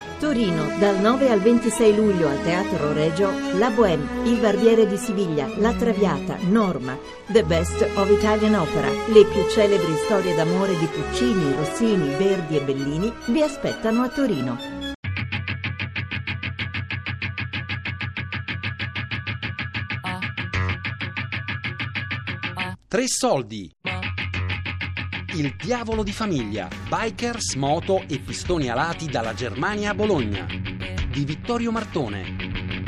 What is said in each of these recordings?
Torino, dal 9 al 26 luglio al Teatro Regio, La Bohème, Il Barbiere di Siviglia, La Traviata, Norma, The Best of Italian Opera, le più celebri storie d'amore di Puccini, Rossini, Verdi e Bellini vi aspettano a Torino. Tre soldi. Il diavolo di famiglia, bikers, moto e pistoni alati dalla Germania a Bologna, di Vittorio Martone.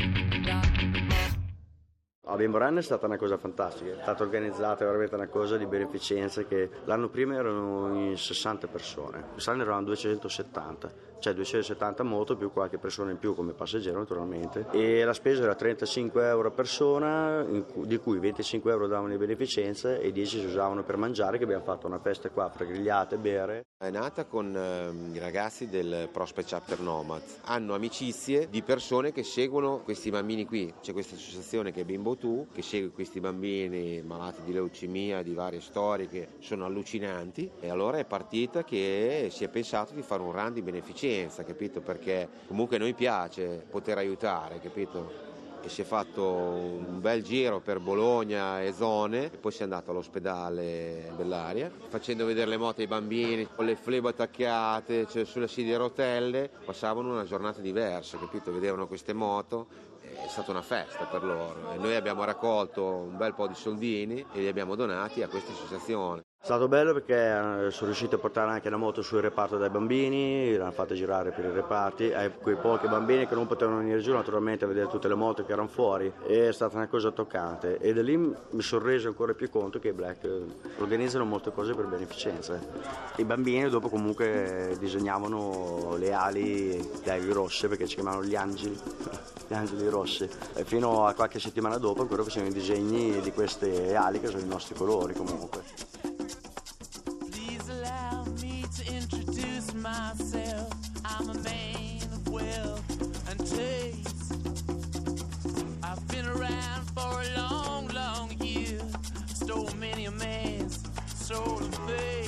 La Bimbo Run è stata una cosa fantastica, è stata organizzata veramente una cosa di beneficenza che l'anno prima erano in 60 persone, quest'anno erano 270, cioè 270 moto più qualche persona in più come passeggero naturalmente, e la spesa era 35 euro a persona, di cui 25 euro davano di beneficenza e 10 si usavano per mangiare, che abbiamo fatto una festa qua per grigliate e bere. È nata con i ragazzi del Prospect Chapter Nomads, hanno amicizie di persone che seguono questi bambini qui, c'è questa associazione che è Bimbo Tu, che segue questi bambini malati di leucemia, di varie storie che sono allucinanti, e allora è partita che si è pensato di fare un run di beneficenza, capito? Perché comunque a noi piace poter aiutare, capito? E si è fatto un bel giro per Bologna e zone, e poi si è andato all'ospedale Bellaria facendo vedere le moto ai bambini con le flebo attaccate, cioè sulle sedie a rotelle, passavano una giornata diversa, capito? Vedevano queste moto, è stata una festa per loro e noi abbiamo raccolto un bel po' di soldini e li abbiamo donati a questa associazione. È stato bello perché sono riuscito a portare anche la moto sul reparto dai bambini, l'hanno fatta girare per i reparti, quei pochi bambini che non potevano venire giù naturalmente a vedere tutte le moto che erano fuori, e è stata una cosa toccante, e da lì mi sono reso ancora più conto che i Black organizzano molte cose per beneficenza. I bambini dopo comunque disegnavano le ali rosse, perché ci chiamavano gli angeli rossi, e fino a qualche settimana dopo ancora facevano i disegni di queste ali che sono i nostri colori comunque. Myself, I'm a man of wealth and taste. I've been around for a long, long year. Stole many a man's soul of faith.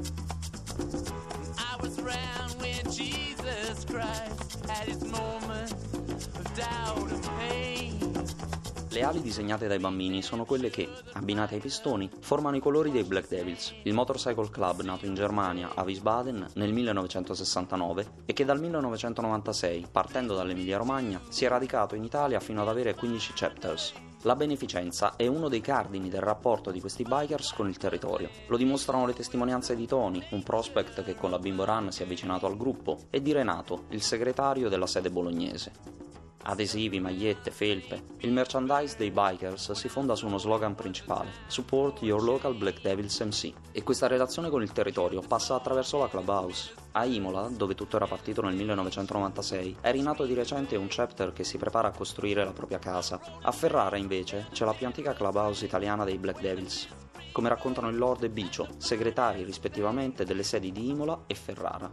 I was around when Jesus Christ had his moment of doubt and pain. Le ali disegnate dai bambini sono quelle che, abbinate ai pistoni, formano i colori dei Black Devils, il motorcycle club nato in Germania, a Wiesbaden, nel 1969 e che dal 1996, partendo dall'Emilia Romagna, si è radicato in Italia fino ad avere 15 chapters. La beneficenza è uno dei cardini del rapporto di questi bikers con il territorio. Lo dimostrano le testimonianze di Tony, un prospect che con la Bimbo Run si è avvicinato al gruppo, e di Renato, il segretario della sede bolognese. Adesivi, magliette, felpe. Il merchandise dei bikers si fonda su uno slogan principale: Support your local Black Devils MC. E questa relazione con il territorio passa attraverso la Clubhouse. A Imola, dove tutto era partito nel 1996, è rinato di recente un chapter che si prepara a costruire la propria casa. A Ferrara, invece, c'è la più antica Clubhouse italiana dei Black Devils, come raccontano il Lord e Bicio, segretari rispettivamente delle sedi di Imola e Ferrara.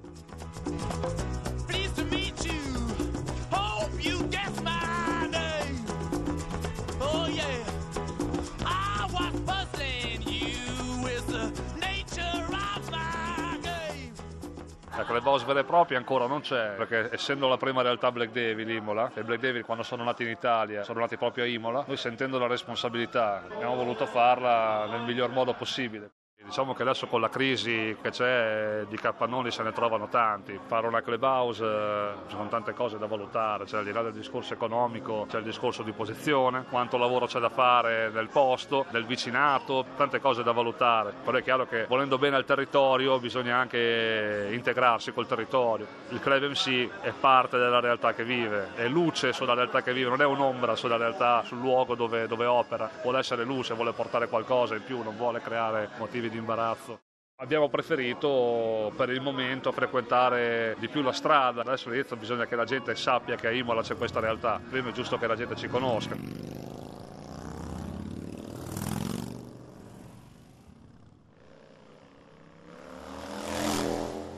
La Clubhouse vera e propria ancora non c'è, perché essendo la prima realtà Black Devil Imola, e Black Devil quando sono nati in Italia sono nati proprio a Imola, noi sentendo la responsabilità abbiamo voluto farla nel miglior modo possibile. Diciamo che adesso con la crisi che c'è di capannoni se ne trovano tanti. Fare una clubhouse ci sono tante cose da valutare, cioè al di là del discorso economico c'è il discorso di posizione, quanto lavoro c'è da fare nel posto, nel vicinato, tante cose da valutare. Però è chiaro che volendo bene al territorio bisogna anche integrarsi col territorio. Il club MC è parte della realtà che vive, è luce sulla realtà che vive, non è un'ombra sulla realtà, sul luogo dove opera. Vuole essere luce, vuole portare qualcosa in più, non vuole creare motivi di imbarazzo. Abbiamo preferito per il momento frequentare di più la strada. Adesso all'inizio bisogna che la gente sappia che a Imola c'è questa realtà. Prima è giusto che la gente ci conosca.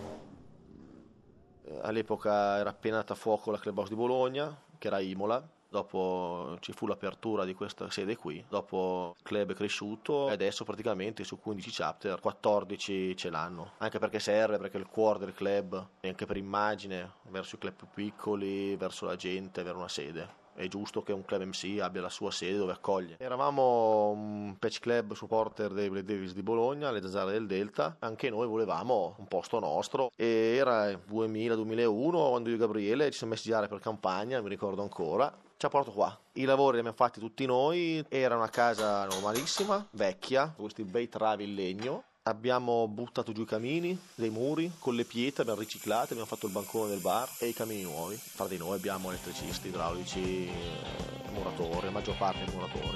All'epoca era appena andata a fuoco la Clubhouse di Bologna, che era Imola, dopo ci fu l'apertura di questa sede qui, dopo il club è cresciuto e adesso praticamente su 15 chapter 14 ce l'hanno, anche perché serve, perché il cuore del club è anche per immagine verso i club più piccoli, verso la gente, avere una sede. È giusto che un club MC abbia la sua sede dove accoglie. Eravamo un patch club supporter dei Black Devils di Bologna, le Zazzare del Delta. Anche noi volevamo un posto nostro e era il 2000-2001 quando io e Gabriele ci siamo messi a girare per campagna, mi ricordo ancora. Ci ha portato qua. I lavori li abbiamo fatti tutti noi, era una casa normalissima, vecchia, questi bei travi in legno. Abbiamo buttato giù i camini, dei muri, con le pietre abbiamo riciclate, abbiamo fatto il bancone del bar e i camini nuovi. Tra di noi abbiamo elettricisti, idraulici, muratori, la maggior parte dei muratori.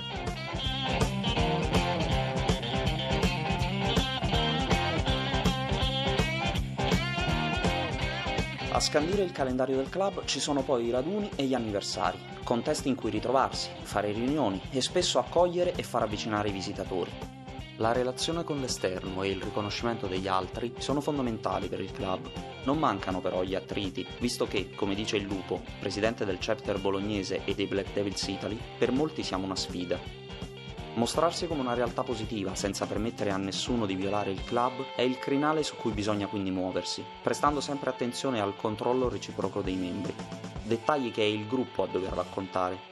A scandire il calendario del club ci sono poi i raduni e gli anniversari, contesti in cui ritrovarsi, fare riunioni e spesso accogliere e far avvicinare i visitatori. La relazione con l'esterno e il riconoscimento degli altri sono fondamentali per il club. Non mancano però gli attriti, visto che, come dice il Lupo, presidente del chapter bolognese e dei Black Devils Italy, per molti siamo una sfida. Mostrarsi come una realtà positiva, senza permettere a nessuno di violare il club, è il crinale su cui bisogna quindi muoversi, prestando sempre attenzione al controllo reciproco dei membri. Dettagli che è il gruppo a dover raccontare.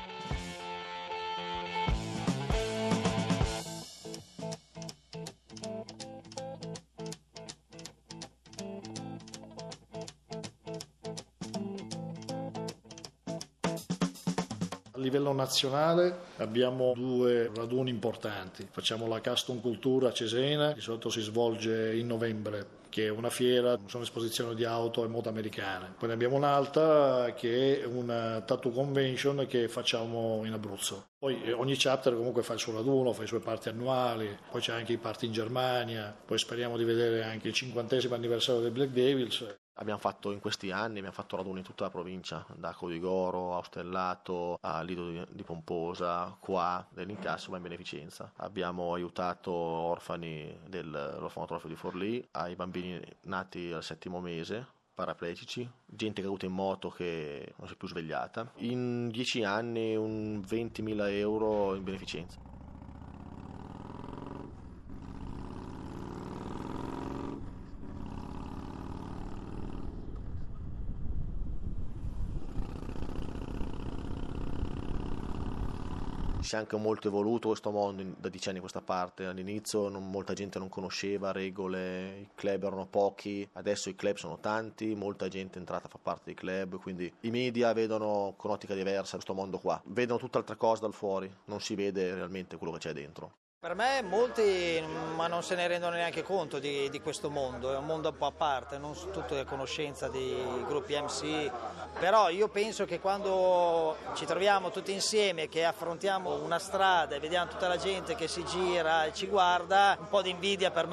A livello nazionale abbiamo 2 raduni importanti. Facciamo la Custom Culture a Cesena, di solito si svolge in novembre, che è una fiera, sono esposizioni di auto e moto americane. Poi ne abbiamo un'altra che è una Tattoo Convention che facciamo in Abruzzo. Poi ogni chapter comunque fa il suo raduno, fa i suoi party annuali, poi c'è anche i party in Germania, poi speriamo di vedere anche il 50° anniversario dei Black Devils. Abbiamo fatto in questi anni, abbiamo fatto raduni in tutta la provincia, da Codigoro, a Ostellato, a Lido di Pomposa, qua dell'incasso ma in beneficenza. Abbiamo aiutato orfani dell'orfanotrofio di Forlì, ai bambini nati al 7° mese, paraplegici, gente caduta in moto che non si è più svegliata. In 10 anni un 20.000 euro in beneficenza. Si è anche molto evoluto questo mondo da 10 anni a questa parte. All'inizio molta gente non conosceva regole, i club erano pochi, adesso i club sono tanti, molta gente è entrata a far parte dei club, quindi i media vedono con ottica diversa questo mondo qua, vedono tutt'altra cosa dal fuori, non si vede realmente quello che c'è dentro. Per me molti ma non se ne rendono neanche conto di questo mondo, è un mondo un po' a parte, non tutti a conoscenza di gruppi MC, però io penso che quando ci troviamo tutti insieme, che affrontiamo una strada e vediamo tutta la gente che si gira e ci guarda, un po' di invidia per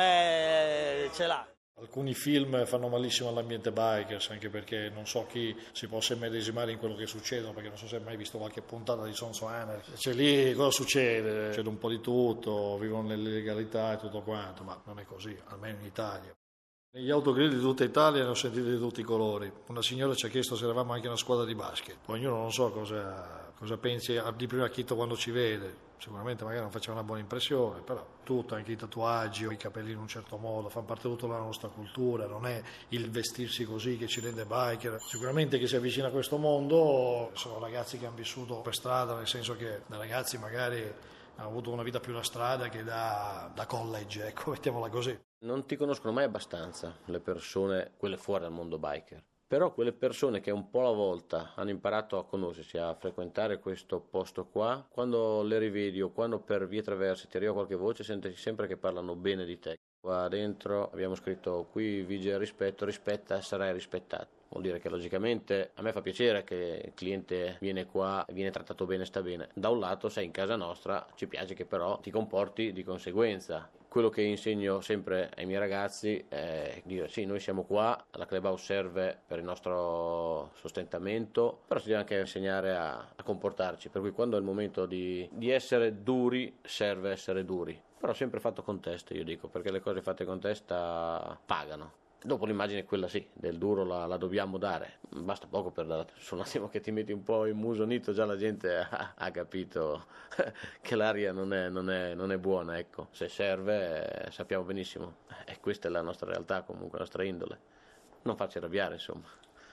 me ce l'ha. Alcuni film fanno malissimo all'ambiente bikers, anche perché non so chi si possa immedesimare in quello che succede, perché non so se hai mai visto qualche puntata di Sons of Anarchy. Cioè lì cosa succede? Succede un po' di tutto, vivono nell'illegalità e tutto quanto, ma non è così, almeno in Italia. Negli autogrill di tutta Italia ne ho sentiti di tutti i colori. Una signora ci ha chiesto se eravamo anche una squadra di basket. Poi ognuno non so cosa pensi di primo acchito quando ci vede. Sicuramente magari non faceva una buona impressione, però tutto, anche i tatuaggi o i capelli in un certo modo, fanno parte di tutta la nostra cultura, non è il vestirsi così che ci rende biker. Sicuramente chi si avvicina a questo mondo sono ragazzi che hanno vissuto per strada, nel senso che da ragazzi magari hanno avuto una vita più da strada che da college, ecco, mettiamola così. Non ti conoscono mai abbastanza le persone, quelle fuori dal mondo biker. Però quelle persone che un po' alla volta hanno imparato a conoscersi, a frequentare questo posto qua, quando le rivedi o quando per vie traverse ti arriva qualche voce, senti sempre che parlano bene di te. Qua dentro abbiamo scritto: qui vige il rispetto, rispetta, sarai rispettato. Vuol dire che logicamente a me fa piacere che il cliente viene qua, viene trattato bene, sta bene. Da un lato sei in casa nostra, ci piace che però ti comporti di conseguenza. Quello che insegno sempre ai miei ragazzi è dire: sì, noi siamo qua, la Clubhouse serve per il nostro sostentamento, però si deve anche insegnare a comportarci, per cui quando è il momento di essere duri, serve essere duri. Però sempre fatto con testa, io dico, perché le cose fatte con testa pagano. Dopo l'immagine è quella sì, del duro la dobbiamo dare, basta poco su un attimo che ti metti un po' immusonito, già la gente ha capito che l'aria non è buona, ecco, se serve sappiamo benissimo, e questa è la nostra realtà comunque, la nostra indole, non farci arrabbiare insomma.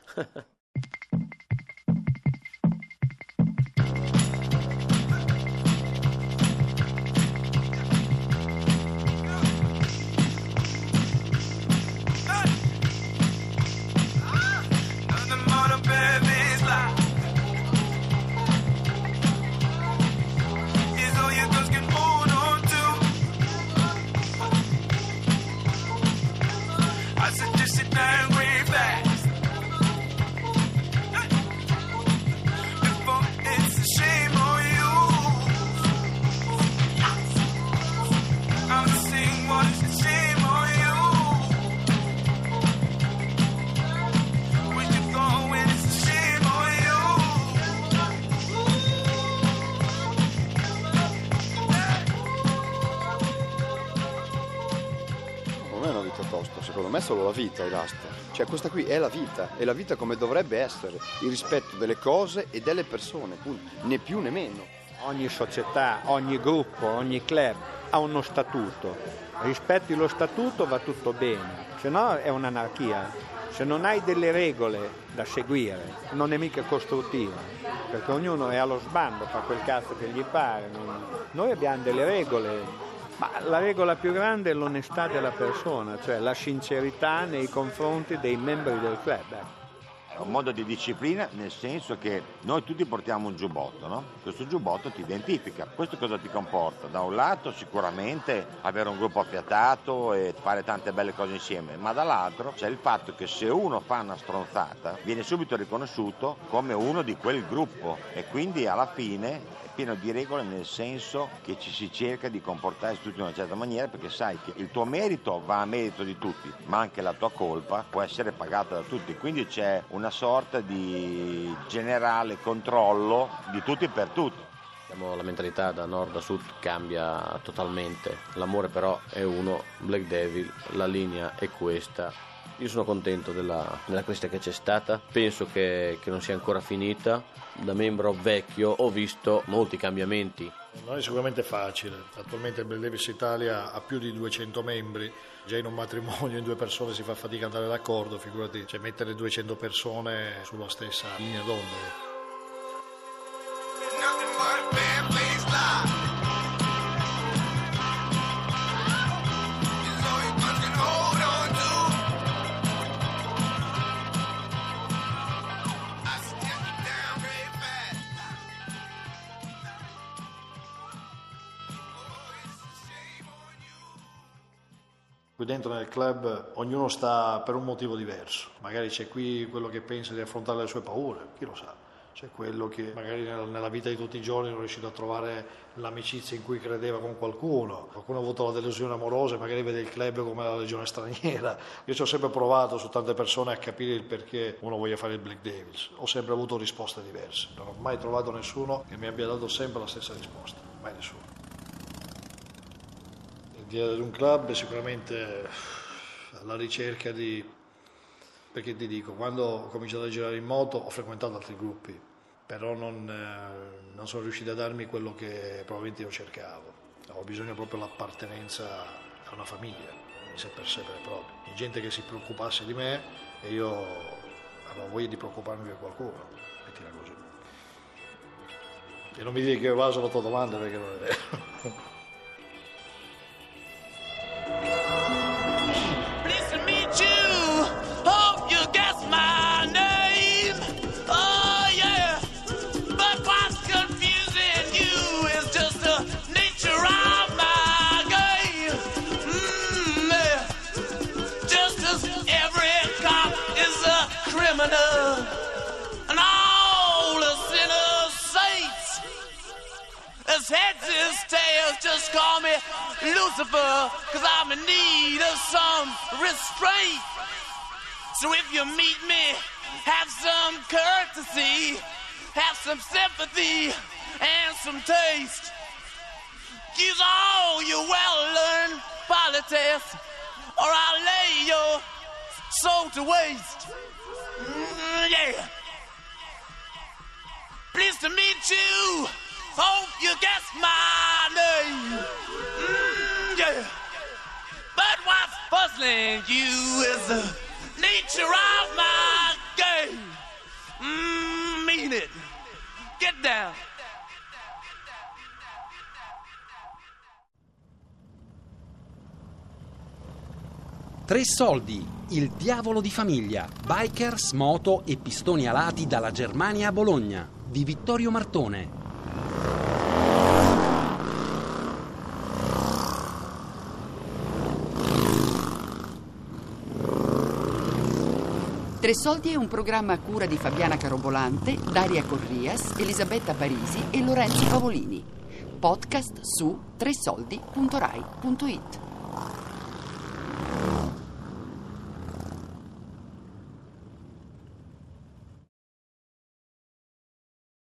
Secondo me solo la vita è l'asta, cioè questa qui è la vita come dovrebbe essere, il rispetto delle cose e delle persone, né più né meno. Ogni società, ogni gruppo, ogni club ha uno statuto, rispetti lo statuto va tutto bene, se no è un'anarchia, se non hai delle regole da seguire non è mica costruttiva, perché ognuno è allo sbando, fa quel cazzo che gli pare, noi abbiamo delle regole. Ma la regola più grande è l'onestà della persona, cioè la sincerità nei confronti dei membri del club. È un modo di disciplina, nel senso che noi tutti portiamo un giubbotto, no? Questo giubbotto ti identifica. Questo cosa ti comporta? Da un lato sicuramente avere un gruppo affiatato e fare tante belle cose insieme, ma dall'altro c'è il fatto che se uno fa una stronzata viene subito riconosciuto come uno di quel gruppo e quindi alla fine pieno di regole, nel senso che ci si cerca di comportarsi tutti in una certa maniera, perché sai che il tuo merito va a merito di tutti, ma anche la tua colpa può essere pagata da tutti, quindi c'è una sorta di generale controllo di tutti per tutti. La mentalità da nord a sud cambia totalmente, l'amore però è uno, Black Devil, la linea è questa. Io sono contento della crescita che c'è stata, penso che non sia ancora finita. Da membro vecchio ho visto molti cambiamenti. Non è sicuramente facile, attualmente il Black Devils Italia ha più di 200 membri, già in un matrimonio in 2 persone si fa fatica ad andare d'accordo, figurati, cioè mettere 200 persone sulla stessa linea d'onda. Qui dentro nel club ognuno sta per un motivo diverso, magari c'è qui quello che pensa di affrontare le sue paure, chi lo sa, c'è quello che magari nella vita di tutti i giorni non è riuscito a trovare l'amicizia in cui credeva con qualcuno ha avuto la delusione amorosa e magari vede il club come la legione straniera. Io ci ho sempre provato su tante persone a capire il perché uno voglia fare il Black Devils, ho sempre avuto risposte diverse, non ho mai trovato nessuno che mi abbia dato sempre la stessa risposta, mai nessuno. L'idea di un club è sicuramente alla ricerca di, perché ti dico, quando ho cominciato a girare in moto ho frequentato altri gruppi, però non sono riusciti a darmi quello che probabilmente io cercavo, avevo bisogno proprio dell'appartenenza a una famiglia, in sé per sé per proprio, di gente che si preoccupasse di me e io avevo voglia di preoccuparmi per qualcuno, mettila così. E non mi dica che ho evaso la tua domanda perché non è vero. And all the sinners saints, as heads as tails, just call me Lucifer, 'cause I'm in need of some restraint. So if you meet me, have some courtesy, have some sympathy and some taste. Use all your well-learned politics, or I'll lay your soul to waste. Yeah. Pleased to meet you. Hope you guess my name. Yeah. But what's puzzling you is the nature of my game. Mean it. Get down. Tre soldi, il diavolo di famiglia, bikers, moto e pistoni alati dalla Germania a Bologna, di Vittorio Martone. Tre soldi è un programma a cura di Fabiana Carobolante, Daria Corrias, Elisabetta Parisi e Lorenzo Pavolini. Podcast su tresoldi.rai.it.